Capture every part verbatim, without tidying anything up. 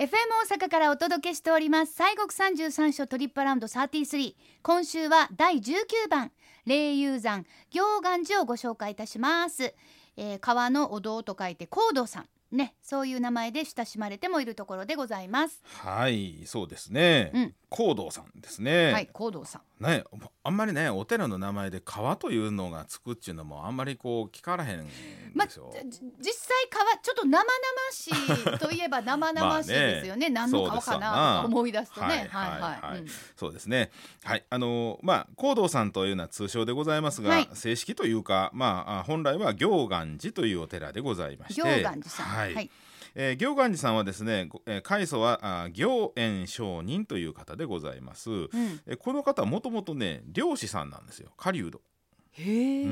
エフエム 大阪からお届けしております西国三十三所トリップアラウンドさんじゅうさん。今週はだいじゅうきゅうばん霊遊山行願寺をご紹介いたします、えー、川のお堂と書いて香道さんね、そういう名前で親しまれてもいるところでございます。 はい、そうですね、うん、香道さんですね。 はい、香道さんね、あんまりねお寺の名前で川というのがつくっていうのもあんまりこう聞からへんですよ、 ま、実際川ちょっと生々しいといえば生々しいですよねね、何の川かなとか思い出すとね、はいはいはい、うん、 そうですね。はい、あのー、まあ香道さんというのは通称でございますが、はい、正式というかまあ本来は行願寺というお寺でございまして、 行願寺さん、 はいはい、えー、行願寺さんはですね、えー、開祖は行円上人という方でございます、うん、えー、この方はもともとね漁師さんなんですよ。狩人。 へえ、うん、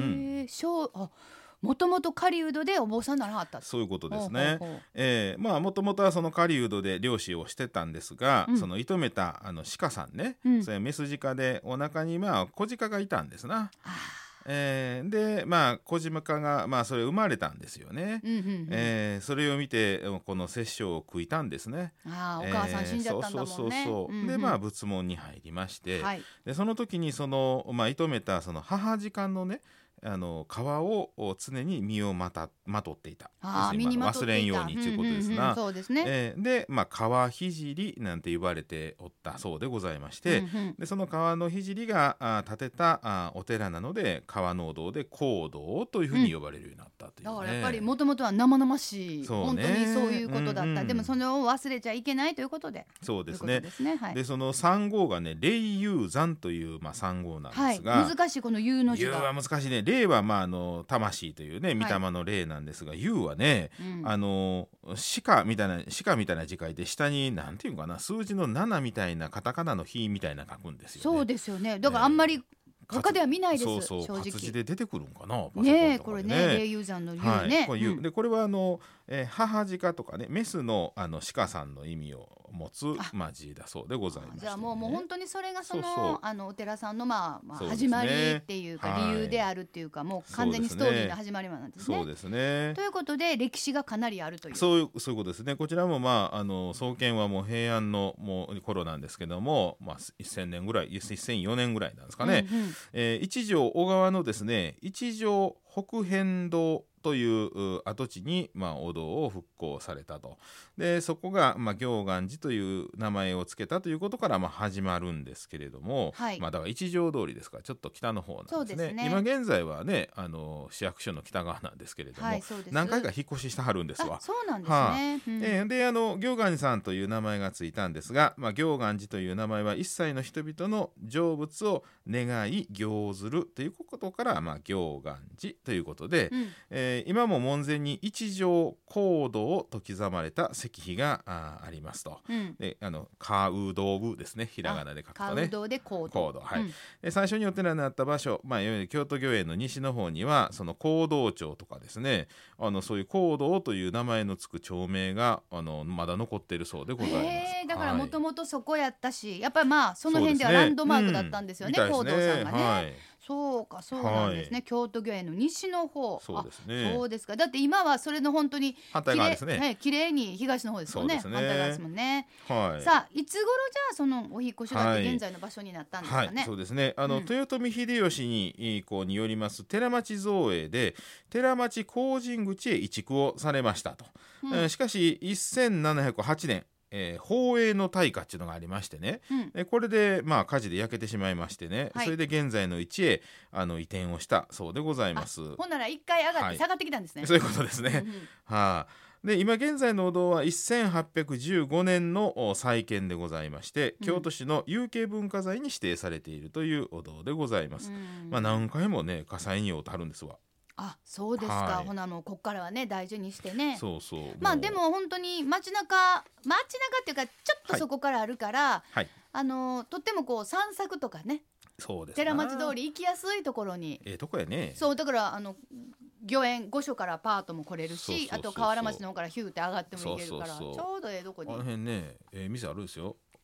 あもともと狩人でお坊さんならはった。 そういうことですね。ほうほうほう、えー、まあもともとはその狩人で漁師をしてたんですが、うん、その射止めたあの鹿さんね、うん、それメス鹿でお腹にまあ小鹿がいたんですな。あえー、でまあ小鹿が、まあ、それ生まれたんですよね、うんうんうん、えー、それを見てこの殺生を食いたんですね。 あ、お母さん死んじゃったんだもんね。そうそうそうそう、 うんうん、でまあ仏門に入りまして、はい、でその時にその、まあ、射止めたその母鹿のねあの皮を常に身をまたまとっていた。 あ、身にまとっていた、 忘れんようにということですな。 そうですね。 えー、で、まあ、皮聖なんて言われておったそうでございまして、うんうん、でその皮の聖があ建てたあお寺なので川のお堂で香道というふうに呼ばれるようになったという、ね、 うん、だからやっぱりもともとは生々しい、そう、ね、本当にそういうことだった、うんうん、でもそれを忘れちゃいけないということで。 そうですね。 ですね、はい、 でその三号がね霊遊山という、まあ、三号なんですが、 はい、難しいこの遊の字が。 遊は難しいね。霊は、まあ、あの魂というね御霊の霊なんですが、はい、遊はね、うん、あの鹿みたいな鹿みたいな字書いて下になんていうかな数字のななみたいなカタカナの日みたいな書くんですよね。 そうですよね。だからあんまり、えー他では見ないです。 そうそう、 正直活字で出てくるんかな。 ねえ、これね、霊遊山の遊ね。はい、 これ、うん、でこれはあの、えー、母鹿とかねメスのあの鹿さんの意味を持つまあ字だそうでございます、ね。 じゃあもうもう本当にそれがそのそうそうあのお寺さんのまあ、まあ、始まりっていうか、ね、理由であるっていうか、もう完全にストーリーの始まりなんですね。 そうですね。 ということで歴史がかなりあるという。 そういうそういうことですね。こちらもまああの創建はもう平安のもう頃なんですけども、まあせんねんぐらいせんよねんぐらいなんですかね。うんうん、えー、一条小川のですね一条北辺道という跡地に、まあ、お堂を復興されたと。でそこが、まあ、行願寺という名前を付けたということから、まあ、始まるんですけれども、はい、まあ、だから一条通りですからちょっと北の方なんですね。そうですね。今現在はねあの市役所の北側なんですけれども、はい、何回か引っ越ししてはるんですわ。 あ、そうなんですね。はあ、 うん、えー、であの行願寺さんという名前がついたんですが、まあ、行願寺という名前は一切の人々の成仏を願い行ずるということから、まあ、行願寺ということで、うん、えー今も門前に一条香道と刻まれた石碑が あ, ありますと、うん、であの香道部ですね、ひらがなで書くとね、 香道で香道、 香道、はい、うん、で最初にお寺になった場所、まあ、いわゆる京都御苑の西の方にはその香道町とかですね、あのそういう香道という名前のつく町名があのまだ残っているそうでございます。 へー、だからもともとそこやったし、はい、やっぱりまあその辺ではランドマークだったんですよね、香道さんがね、はい、そうかそうなんですね、はい、京都御苑の西の方。 そうですね。 そうですか。だって今はそれの本当に反対側ですね。 はい、綺麗に東の方ですよね。 そうですね。 反対側ですもんね。はい。さあいつ頃じゃあそのお引越しがあって現在の場所になったんですかね。 はいはい、そうですね。あの、うん、豊臣秀吉にこうによります寺町造営で寺町工人口へ移築をされましたと。うん、えー、しかしせんななひゃくはちねん。えー、宝永の大火っていうのがありましてね、うん、これで、まあ、火事で焼けてしまいましてね、はい、それで現在の位置へあの移転をしたそうでございます。 ほんなら一回上がって下がってきたんですね。 はい、そういうことですね。はあ、で今現在のお堂はせんはっぴゃくじゅうごねんの再建でございまして、京都市の有形文化財に指定されているというお堂でございます。うん、まあ、何回もね火災に遭うてはるんですわ。 あ、そうですか。はい、ほなもうこっからはね大事にしてね。 そうそう。 まあでも本当に街中街中っていうかちょっとそこからあるから、はい、あのとってもこう散策とかね。 そうです。 寺町通り行きやすいところに。 ええとこやね。 そうだからあの御苑御所からパートも来れるし、そうそうそうそう、あと河原町の方からヒューって上がっても行けるから、そうそうそう、ちょうどええとこに。 あの辺ね、ええ店あるんですよ。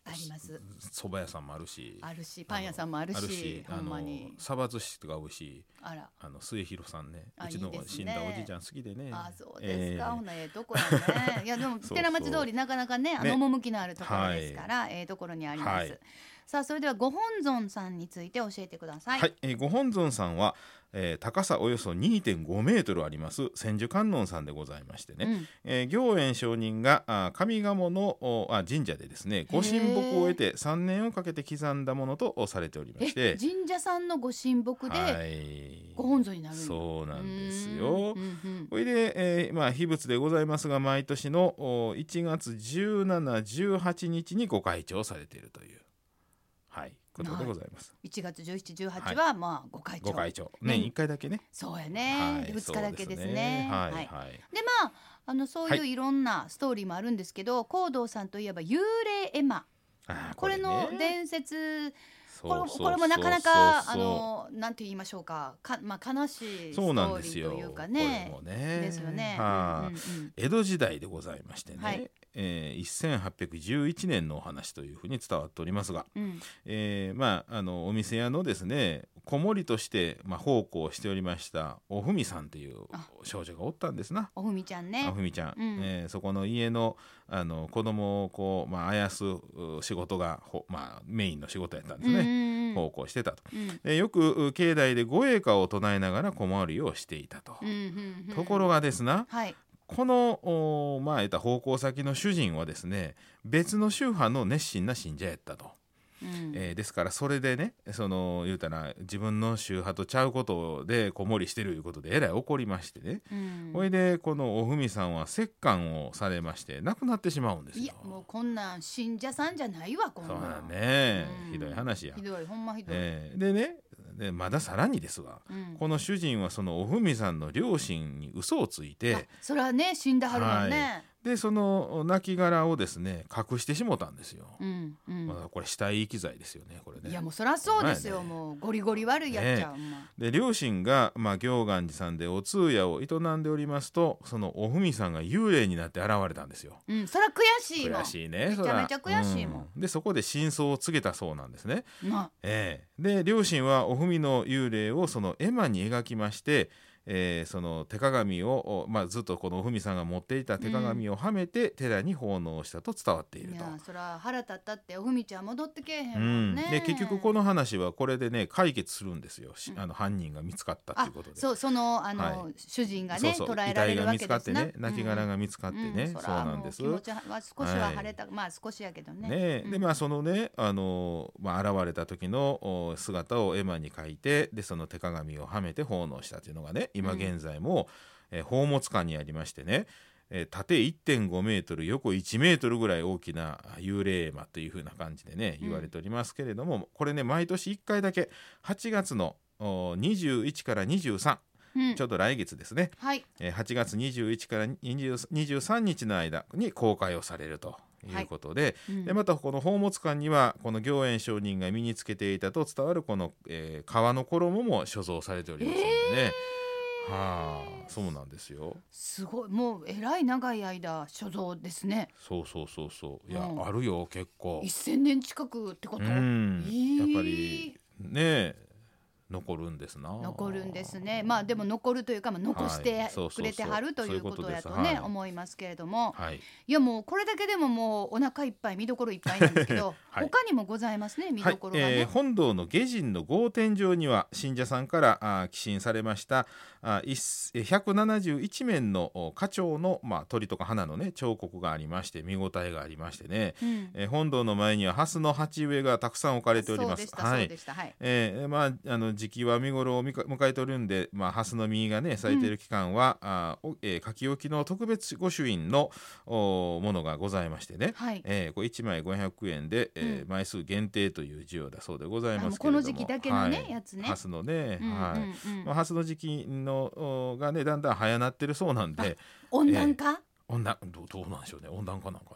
あります。 蕎麦屋さんもあるし、 あるしパン屋さんもあるし、 あるし、 ほんまにサバ寿司とか美味しい。 あら、 あの末広さんね、 あうちのいいですね死んだおじいちゃん好きでね。 あそうですか、 えーほなええとこやねいやでもそうそう寺町通りなかなかね、あの趣のあるところですから、ええところにあります、 はい、 さあそれではご本尊さんについて教えてください。 はい、えーご本尊さんは、えー高さおよそ にてんご メートルあります千手観音さんでございましてね、 うんえー行円上人があ上賀茂のおあ神社でですねご神木を得てさんねんをかけて刻んだものとされておりましえて、 神社さんのご神木はでい、 ご本尊になるんだ。 そうなんですよ。 うんうんこれで、えーまあ、秘仏でございますが毎年のおいちがつじゅうしち、じゅうはちにちにご開帳されているという、はい、ことでございます。 いちがつじゅうしち、じゅうはちは、まあご開帳。 ご開帳年いっかいだけね。 そうやね。 はいでふつかだけですね。 はいはいはいでまああのそういういろんなストーリーもあるんですけど、香道さんといえば幽霊絵馬。 あーこれのね伝説。これそうそうそうそうこれもなかなかあのなんて言いましょうか、かまあ悲しいストそうなんーリーですよというかね。 これもねですよね。 はあうんうんうん江戸時代でございましてね、 はいえーせんはっぴゃくじゅういちねんのお話というふうに伝わっておりますが、 うんえーまあ、あのお店屋のですね子守として、まあ、奉公しておりましたおふみさんというあ少女がおったんですな。 おふみちゃんねおふみちゃん、 うんえーそこの家の、あの子供をこう、まあ、あやすう仕事がほ、まあ、メインの仕事やったんですね。 うんうんうん奉公してたと。 うんでよくう境内で御詠歌を唱えながら子守りをしていたと。 うんうんうんところがですな、 はいこのおまあ得た奉公先の主人はですね別の宗派の熱心な信者やったと。 うんえーですからそれでねその言うたら自分の宗派とちゃうことで子守りしてるいうことでえらい怒りましてね、 うんほいでこのおふみさんは折檻をされまして亡くなってしまうんですよ。 いやもうこんなん信者さんじゃないわこんなんそうだね、 うんひどい話や。 ひどいほんまひどい、 えーでねでまださらにですが、 うんこの主人はそのおふみさんの両親に嘘をついあてそれはね死んだはるもんね、 でその亡骸をですね隠してしもたんですよ。 うんうんまあ、これ死体遺棄罪ですよねこれね。 いやもうそりゃそうですよ、 ほんまやねもうゴリゴリ悪いやっちゃう、ほんまで両親が、まあ、行願寺さんでお通夜を営んでおりますとそのおふみさんが幽霊になって現れたんですよ。 うん、そりゃ悔しいもん悔しいねめちそらゃめちゃ悔しいもん、 うんでそこで真相を告げたそうなんですね。 まええで両親はおふみの幽霊をその絵馬に描きまして、えーその手鏡を、まあ、ずっとこのおふみさんが持っていた手鏡をはめて寺に奉納したと伝わっていると。 いやそりゃ腹立ったっておふみちゃん戻ってけえへんもうんんね、 で結局この話はこれでね解決するんですよ、しあの犯人が見つかったということで。 そうそのあの、 はい主人がねそうそう捕らえられるわけ遺体が見つかっですなてね亡骸が見つかってね、 んそうなんです。 そらもう気持ちは少しは晴れた、まあ少しやけどねねうんでまあそのねあの、まあ、現れた時のお姿を絵馬に描いてでその手鏡をはめて奉納したというのがね今現在も、えー宝物館にありましてね、えー縦 いってんご メートル横いちメートルぐらい大きな幽霊絵馬というふうな感じでね言われておりますけれども、これね毎年いっかいだけはちがつのおにじゅういちからにじゅうさん、 うんちょうど来月ですね、 はいえーはちがつにじゅういちからにじゅうにじゅうさんにちの間に公開をされるということで、 うんでまたこの宝物館にはこの行円上人が身につけていたと伝わるこの、えー革の衣も所蔵されておりますのでね、はあそうなんですよ。 すごいもうえらい長い間所蔵ですね。 そうそうそうそういや、 うんあるよ結構。 せんねん近くってこと、 うんえーやっぱりねえ残るんですな。 残るんですね。まあでも残るというか、まあ、残してはいそうそうそうくれてはるということやとそういうことですはいね思いますけれども、 はいいやもうこれだけでももうお腹いっぱい見どころいっぱいなんですけど、 はい他にもございますね見はいどころがね、 えー本堂の下陣の豪天上には信者さんからあー寄進されましたあいっひゃくななじゅういちめんのお花鳥の、まあ、鳥とか花の、ね、彫刻がありまして見応えがありましてね、 うんえー本堂の前には蓮の鉢植えがたくさん置かれております。 そうでした、 はいそうでしたはいえーまあ、あの時期は見頃をみか迎えておるんで、まあ、蓮の実がね咲いている期間は、あおえー書き置きの特別御朱印のおものがございましてね、 はいえーこれいちまいごひゃくえんで、えーうん枚数限定という需要だそうでございあもうますけれども、 この時期だけのね、 はいやつね蓮のね、 うんうんうんはいまあ、蓮の時期のおがねだんだん早なってるそうなんで温暖化、 温暖どうどうなんでしょうね温暖化なんかな。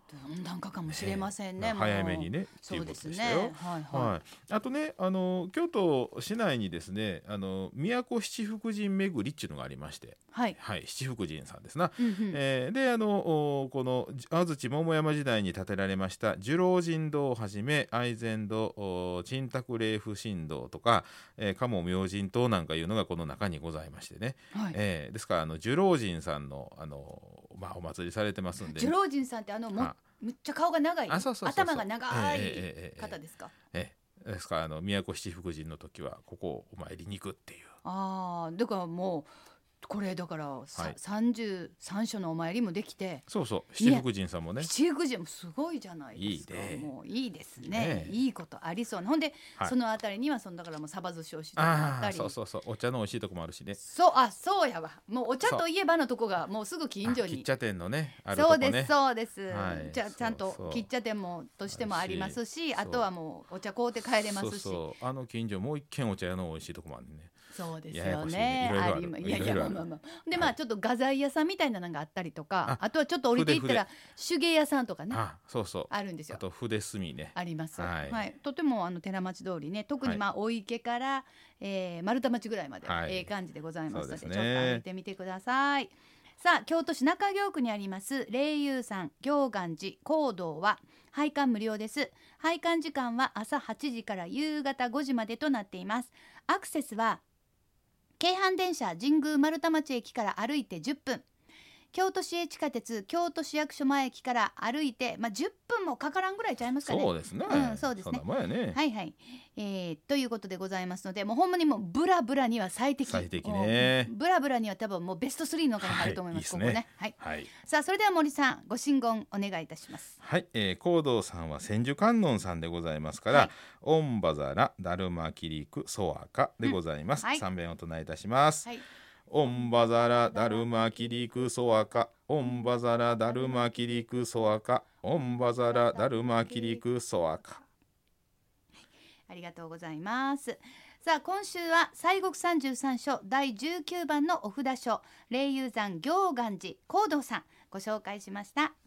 温暖化かもしれませんね、 えー、 もう早めにねってそいううこですとでしたよ。 ね、はいはい、 はい、あとね、あの京都市内にですね、あの都七福神巡りっていうのがありまして、 はいはい、七福神さんですな、 うんうん、 えー、であのおこの安土桃山時代に建てられました寿老神堂をはじめ愛禅堂、陳卓霊符神堂とか、えー、鴨明神塔なんかいうのがこの中にございましてね、 はい、 えー、ですからあの寿老神さんの、あの、まあ、お祭りされてますんで、 寿老神さんってあのもむっちゃ顔が長い、 あそうそうそうそう頭が長いえー、 方ですか。 えーえー、ですからあの都七福神の時はここをお参りに行くっていう。 ああ、だからもうこれだから、はい、さんじゅうさん所のお参りもできて、 そうそう七福神さんもね、 七福神もすごいじゃないですか。 いいね、 もういいですね、 ね、 いいことありそうな。ほんで、はい、そのあたりにはそのだからもうサバ寿司おいしいとこもあったり、 そうそうそう、お茶の美味しいとこもあるしね。 そう、あ、そうやわ、もうお茶といえばのとこがもうすぐ近所に喫茶店のねあるとこね。 そうですそうです、はい、じゃちゃんと喫茶店もとしてもありますし、あとはもうお茶買うて帰れますし、 そうそう、あの近所もう一軒お茶屋の美味しいとこもあるね。 そうですよね。 ありいやいや、まあまあまあ。でまあちょっと画材屋さんみたいなのがあったりとか、あとはちょっと降りていったら手芸屋さんとかね、 あ、そうそう、 あるんですよ。 あと筆墨ね、 あります。 はい、 はい、とてもあの寺町通りね、特にまあ大池から、えー、丸太町ぐらいまで、はい、ええ感じでございますので、ちょっと歩いてみてください。さあ、京都市中京区にあります霊友山行願寺講堂は拝観無料です。拝観時間は朝はちじから夕方ごじまでとなっています。アクセスは京阪電車神宮丸太町駅から歩いてじゅっぷん、京都市営地下鉄京都市役所前駅から歩いて、まあ、じゅっぷんもかからんぐらいちゃいますかね。 そうですね、 うん、そうですね、 そんなもんやね。 はいはい、えー、ということでございますので、もうほんまにもうブラブラには最適、 最適ね、 ブラブラには多分もうベストスリーの中に入ると思います、はい、ここね、はいはい、 さあそれでは森さんご神言お願いいたします。 はい、えー、講堂さんは千手観音さんでございますから、はい、オンバザラダルマキリクソアカでございます、うん、はい、さんべんお唱えいたします、はい、オンバザラダルマキリクソアカ、オンバザラダルマキリクソアカ、オンバザラダルマキリクソアカ。 ありがとうございます。さあ今週は西国三十三所だいじゅうきゅうばんのお札書霊友山行願寺講堂さんご紹介しました。